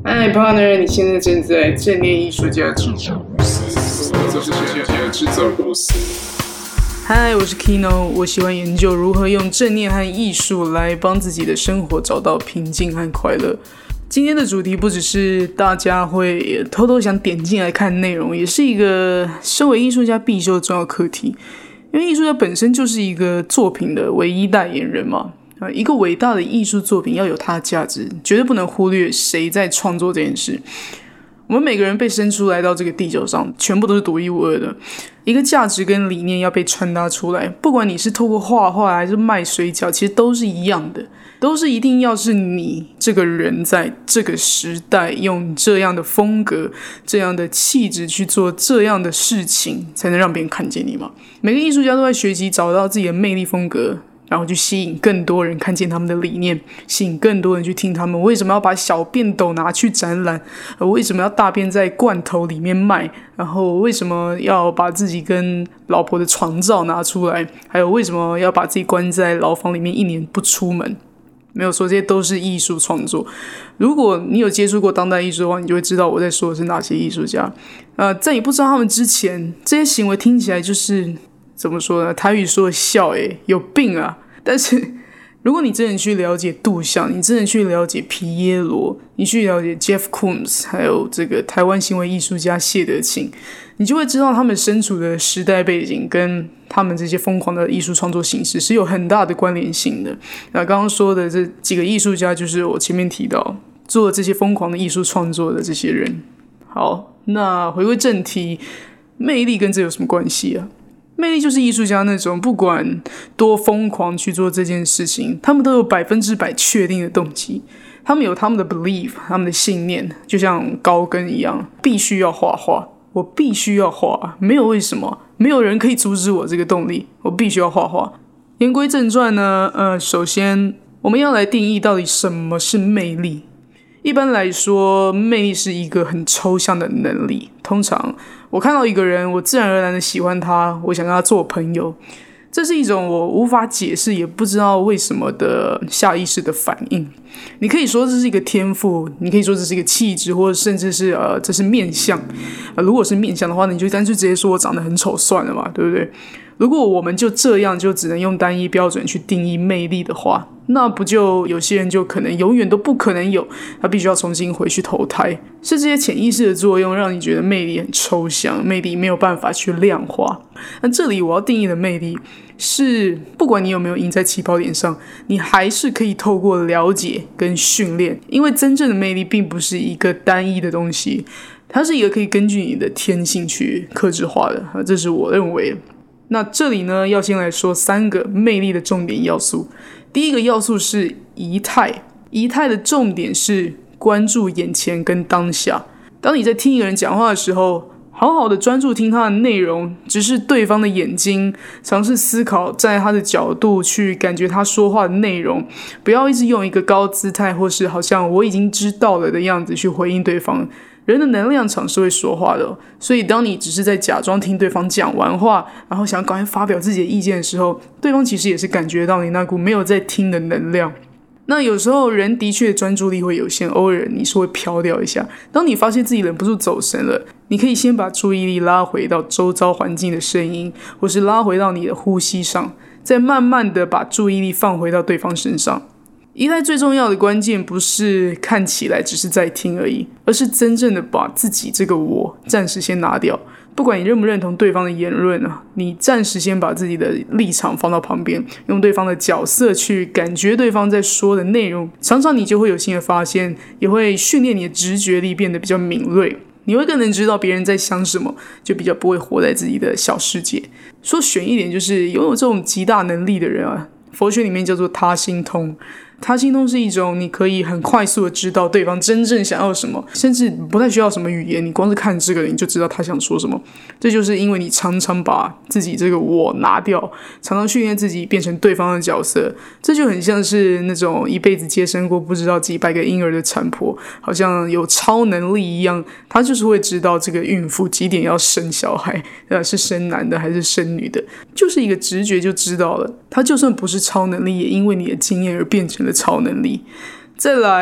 嗨 partner， 你现在正在正念艺术家制造公司，制造公司。嗨，我是 Kino， 我喜欢研究如何用正念和艺术来帮自己的生活找到平静和快乐。今天的主题不只是大家会偷偷想点进来看内容，也是一个身为艺术家必修的重要课题。因为艺术家本身就是一个作品的唯一代言人嘛。一个伟大的艺术作品要有它的价值，绝对不能忽略谁在创作这件事。我们每个人被生出来到这个地球上，全部都是独一无二的。一个价值跟理念要被传达出来，不管你是透过画画还是卖水饺，其实都是一样的，都是一定要是你这个人在这个时代用这样的风格、这样的气质去做这样的事情，才能让别人看见你嘛。每个艺术家都在学习找到自己的魅力风格，然后去吸引更多人看见他们的理念，吸引更多人去听他们为什么要把小便斗拿去展览，为什么要大便在罐头里面卖，然后为什么要把自己跟老婆的床照拿出来，还有为什么要把自己关在牢房里面1年不出门。没有说这些都是艺术创作。如果你有接触过当代艺术的话，你就会知道我在说的是哪些艺术家。在你不知道他们之前，这些行为听起来就是怎么说呢？台语说的笑有病啊！但是如果你真的去了解杜象，你真的去了解皮耶罗，你去了解 Jeff Koons， 还有这个台湾行为艺术家谢德庆，你就会知道他们身处的时代背景跟他们这些疯狂的艺术创作形式是有很大的关联性的。那刚刚说的这几个艺术家，就是我前面提到做这些疯狂的艺术创作的这些人。好，那回归正题，魅力跟这有什么关系啊？魅力就是艺术家那种不管多疯狂去做这件事情，他们都有100%确定的动机，他们有他们的 belief， 他们的信念，就像高跟一样，必须要画画，我必须要画，没有为什么，没有人可以阻止我这个动力，我必须要画画。言归正传呢，首先我们要来定义到底什么是魅力。一般来说，魅力是一个很抽象的能力。通常我看到一个人，我自然而然的喜欢他，我想跟他做朋友，这是一种我无法解释也不知道为什么的下意识的反应。你可以说这是一个天赋，你可以说这是一个气质，或者甚至是这是面相。如果是面相的话，你就干脆直接说我长得很丑算了嘛，对不对？如果我们就这样就只能用单一标准去定义魅力的话，那不就有些人就可能永远都不可能有，他必须要重新回去投胎。是这些潜意识的作用让你觉得魅力很抽象，魅力没有办法去量化。那这里我要定义的魅力是，不管你有没有赢在起跑点上，你还是可以透过了解跟训练，因为真正的魅力并不是一个单一的东西，它是一个可以根据你的天性去客制化的，这是我认为的。那这里呢，要先来说3个魅力的重点要素。第一个要素是仪态，仪态的重点是关注眼前跟当下。当你在听一个人讲话的时候，好好的专注听他的内容，直视对方的眼睛，尝试思考在他的角度去感觉他说话的内容，不要一直用一个高姿态或是好像我已经知道了的样子去回应对方。人的能量场是会说话的，所以当你只是在假装听对方讲完话，然后想赶快发表自己的意见的时候，对方其实也是感觉到你那股没有在听的能量。那有时候人的确专注力会有限，偶尔你是会飘掉一下。当你发现自己忍不住走神了，你可以先把注意力拉回到周遭环境的声音，或是拉回到你的呼吸上，再慢慢的把注意力放回到对方身上。仪态最重要的关键不是看起来只是在听而已，而是真正的把自己这个我暂时先拿掉。不管你认不认同对方的言论你暂时先把自己的立场放到旁边，用对方的角色去感觉对方在说的内容，常常你就会有新的发现，也会训练你的直觉力变得比较敏锐。你会更能知道别人在想什么，就比较不会活在自己的小世界。说玄一点，就是拥有这种极大能力的人佛学里面叫做他心通。他心通是一种你可以很快速的知道对方真正想要什么，甚至不太需要什么语言，你光是看这个人你就知道他想说什么。这就是因为你常常把自己这个我拿掉，常常训练自己变成对方的角色。这就很像是那种一辈子接生过不知道几百个婴儿的产婆，好像有超能力一样，她就是会知道这个孕妇几点要生小孩，是生男的还是生女的，就是一个直觉就知道了。她就算不是超能力，也因为你的经验而变成了超能力。再来，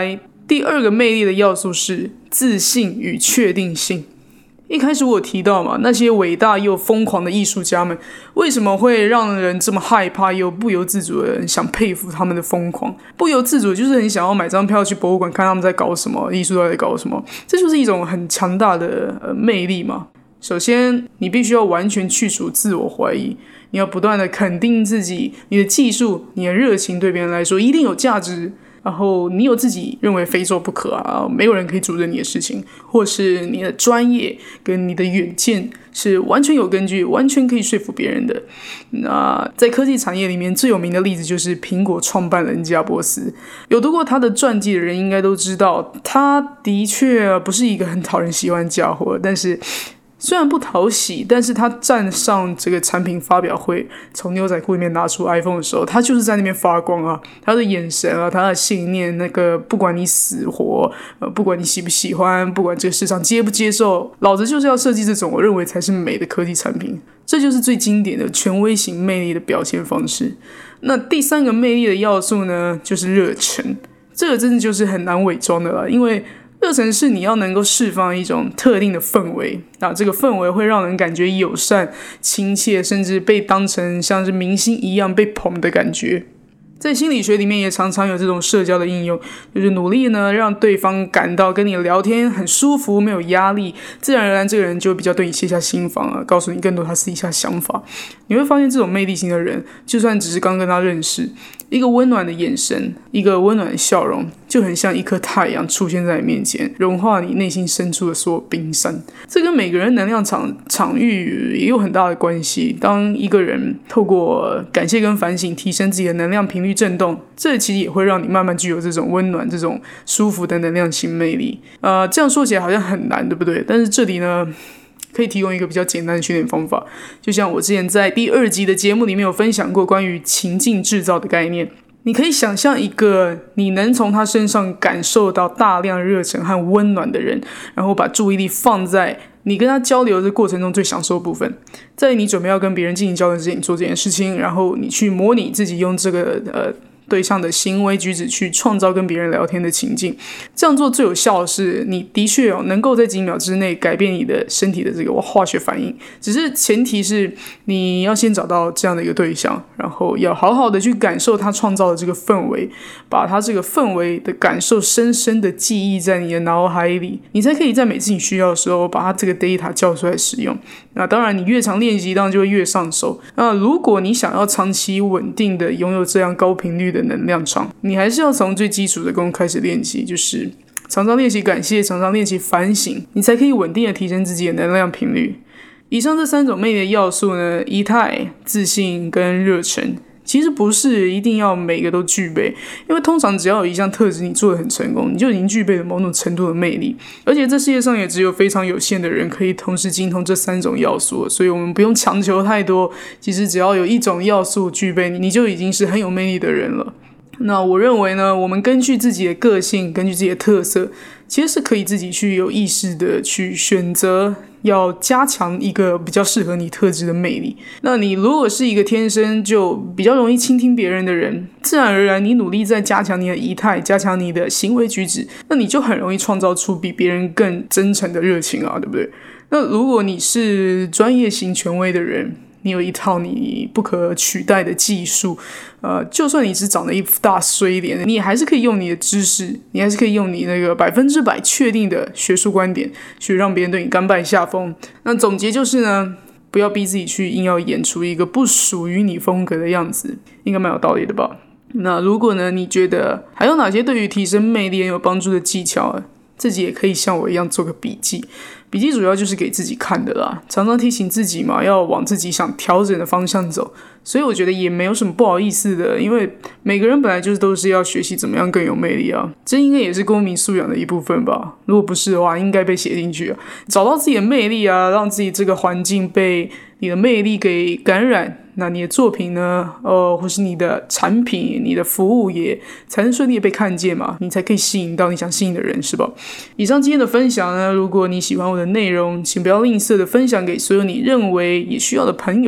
第二个魅力的要素是自信与确定性。一开始我有提到嘛，那些伟大又疯狂的艺术家们为什么会让人这么害怕又不由自主的人想佩服他们的疯狂，不由自主就是很想要买张票去博物馆看他们在搞什么，艺术在搞什么，这就是一种很强大的魅力嘛。首先你必须要完全去除自我怀疑，你要不断的肯定自己，你的技术，你的热情对别人来说一定有价值，然后你有自己认为非做不可啊，没有人可以阻止你的事情，或是你的专业跟你的远见是完全有根据，完全可以说服别人的。那在科技产业里面最有名的例子就是苹果创办人贾伯斯，有读过他的传记的人应该都知道，他的确不是一个很讨人喜欢的家伙，但是虽然不讨喜，但是他站上这个产品发表会，从牛仔裤里面拿出 iPhone 的时候，他就是在那边发光啊，他的眼神啊，他的信念，那个不管你死活，不管你喜不喜欢，不管这个市场接不接受，老子就是要设计这种我认为才是美的科技产品。这就是最经典的权威型魅力的表现方式。那第三个魅力的要素呢，就是热忱。这个真的就是很难伪装的啦，因为热忱是你要能够释放一种特定的氛围，这个氛围会让人感觉友善、亲切，甚至被当成像是明星一样被捧的感觉。在心理学里面也常常有这种社交的应用，就是努力呢让对方感到跟你聊天很舒服，没有压力，自然而然这个人就比较对你卸下心防啊，告诉你更多他私底下想法。你会发现这种魅力型的人，就算只是刚跟他认识，一个温暖的眼神，一个温暖的笑容，就很像一颗太阳出现在你面前，融化你内心深处的所有冰山。这跟每个人能量场域也有很大的关系。当一个人透过感谢跟反省提升自己的能量频率振动，这其实也会让你慢慢具有这种温暖、这种舒服的能量型魅力。这样说起来好像很难，对不对？但是这里呢，可以提供一个比较简单的训练方法，就像我之前在第2集的节目里面有分享过关于情境制造的概念。你可以想象一个你能从他身上感受到大量热忱和温暖的人，然后把注意力放在你跟他交流的过程中最享受的部分。在你准备要跟别人进行交流之前，你做这件事情，然后你去模拟自己用这个对象的行为举止去创造跟别人聊天的情境。这样做最有效的是你的确能够在几秒之内改变你的身体的这个化学反应，只是前提是你要先找到这样的一个对象，然后要好好的去感受他创造的这个氛围，把他这个氛围的感受深深的记忆在你的脑海里，你才可以在每次你需要的时候把他这个 data 叫出来使用。那当然你越常练习当然就会越上手。那如果你想要长期稳定的拥有这样高频率的能量场，你还是要从最基础的功开始练习，就是常常练习感谢，常常练习反省，你才可以稳定的提升自己的能量频率。以上这3种魅力的要素呢，仪态、自信跟热忱，其实不是一定要每个都具备，因为通常只要有一项特质你做得很成功，你就已经具备了某种程度的魅力。而且这世界上也只有非常有限的人可以同时精通这3种要素，所以我们不用强求太多，其实只要有一种要素具备，你就已经是很有魅力的人了。那我认为呢，我们根据自己的个性，根据自己的特色，其实是可以自己去有意识的去选择要加强一个比较适合你特质的魅力。那你如果是一个天生就比较容易倾听别人的人，自然而然你努力在加强你的仪态，加强你的行为举止，那你就很容易创造出比别人更真诚的热情啊，对不对？那如果你是专业型权威的人，你有一套你不可取代的技术，就算你只长得一副大衰脸，你还是可以用你的知识，你还是可以用你那个100%确定的学术观点去让别人对你甘拜下风。那总结就是呢，不要逼自己去硬要演出一个不属于你风格的样子，应该蛮有道理的吧？那如果呢，你觉得还有哪些对于提升魅力很有帮助的技巧，自己也可以像我一样做个笔记。笔记主要就是给自己看的啦，常常提醒自己嘛，要往自己想调整的方向走。所以我觉得也没有什么不好意思的，因为每个人本来就是都是要学习怎么样更有魅力啊，这应该也是公民素养的一部分吧。如果不是的话，应该被写进去啊。找到自己的魅力啊，让自己这个环境被你的魅力给感染，那你的作品呢，或是你的产品、你的服务也才能顺利的被看见嘛，你才可以吸引到你想吸引的人，是吧？以上今天的分享呢，如果你喜欢我的内容，请不要吝啬的分享给所有你认为也需要的朋友们。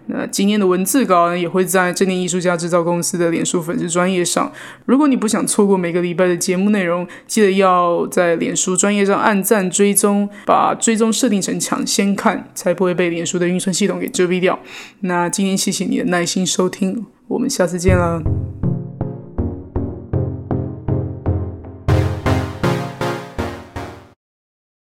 那今天的文字稿呢，也会在正念艺术家制造公司的脸书粉丝专页上。如果你不想错过每个礼拜的节目内容，记得要在脸书专页上按赞追踪，把追踪设定成抢先看，才不会被脸书的运算系统给遮蔽掉。那今天谢谢你的耐心收听，我们下次见了。